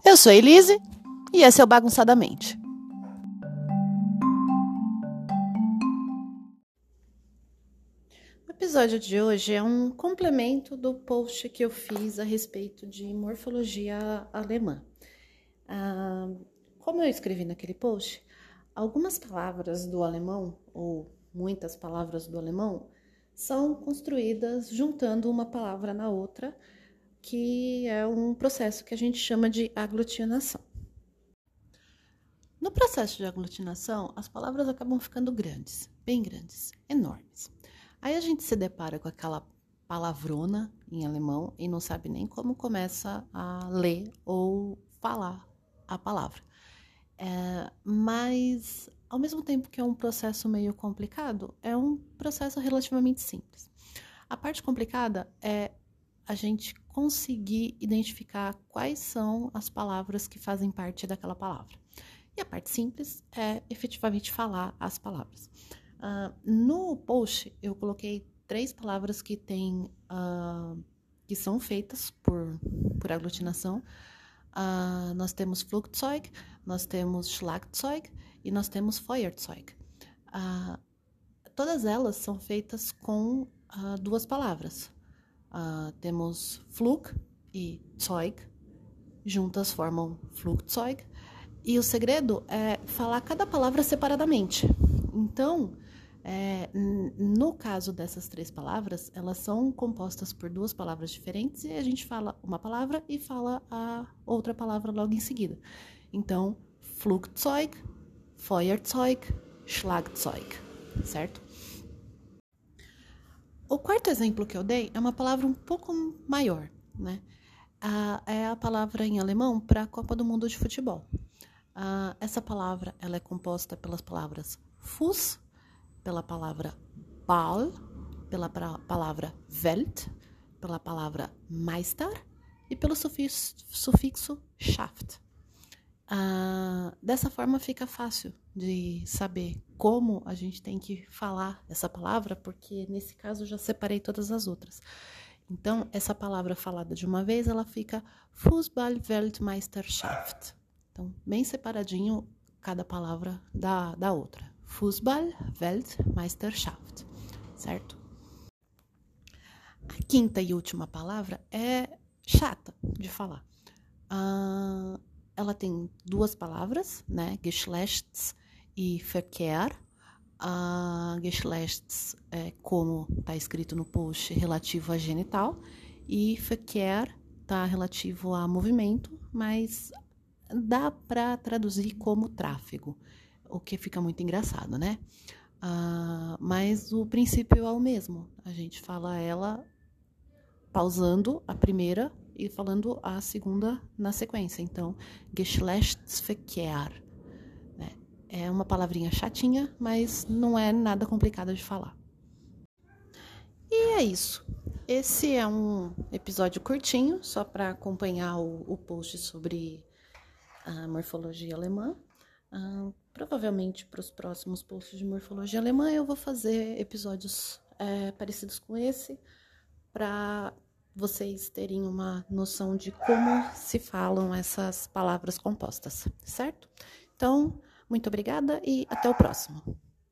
Eu sou a Elise e esse é o Bagunçadamente. O episódio de hoje é um complemento do post que eu fiz a respeito de morfologia alemã. Como eu escrevi naquele post, algumas palavras do alemão, ou muitas palavras do alemão, são construídas juntando uma palavra na outra, que é um processo que a gente chama de aglutinação. No processo de aglutinação, as palavras acabam ficando grandes, bem grandes, enormes. Aí a gente se depara com aquela palavrona em alemão e não sabe nem como começa a ler ou falar a palavra. Mas, ao mesmo tempo que é um processo meio complicado, é um processo relativamente simples. A parte complicada é a gente conseguir identificar quais são as palavras que fazem parte daquela palavra. E a parte simples é efetivamente falar as palavras. No post, eu coloquei 3 palavras que são feitas por aglutinação. Nós temos Flugzeug, nós temos Schlagzeug e nós temos Feuerzeug. Todas elas são feitas com 2 palavras. Temos Flug e Zeug, juntas formam Flugzeug. E o segredo é falar cada palavra separadamente. Então, no caso dessas 3 palavras, elas são compostas por 2 palavras diferentes e a gente fala uma palavra e fala a outra palavra logo em seguida. Então, Flugzeug, Feuerzeug, Schlagzeug, certo? O quarto exemplo que eu dei é uma palavra um pouco maior, né? É a palavra em alemão para a Copa do Mundo de Futebol. Essa palavra ela é composta pelas palavras Fuß, pela palavra Ball, pela palavra Welt, pela palavra Meister e pelo sufixo Schaft. Dessa forma fica fácil de saber como a gente tem que falar essa palavra, porque nesse caso eu já separei todas as outras. Então, essa palavra falada de uma vez, ela fica Fußball-Weltmeisterschaft. Então, bem separadinho cada palavra da outra. Fußball-Weltmeisterschaft, certo? A quinta e última palavra é chata de falar. Ela tem 2 palavras, né? Geschlechts e Verkehr. Geschlechts é como está escrito no post, relativo a genital, e Verkehr está relativo a movimento, mas dá para traduzir como tráfego, o que fica muito engraçado, né? Mas o princípio é o mesmo. A gente fala ela pausando a primeira e falando a segunda na sequência. Então, Geschlechtsverkehr. É uma palavrinha chatinha, mas não é nada complicado de falar. E é isso. Esse é um episódio curtinho, só para acompanhar o post sobre a morfologia alemã. Provavelmente para os próximos posts de morfologia alemã eu vou fazer episódios parecidos com esse, para vocês terem uma noção de como se falam essas palavras compostas, certo? Então, muito obrigada e até o próximo.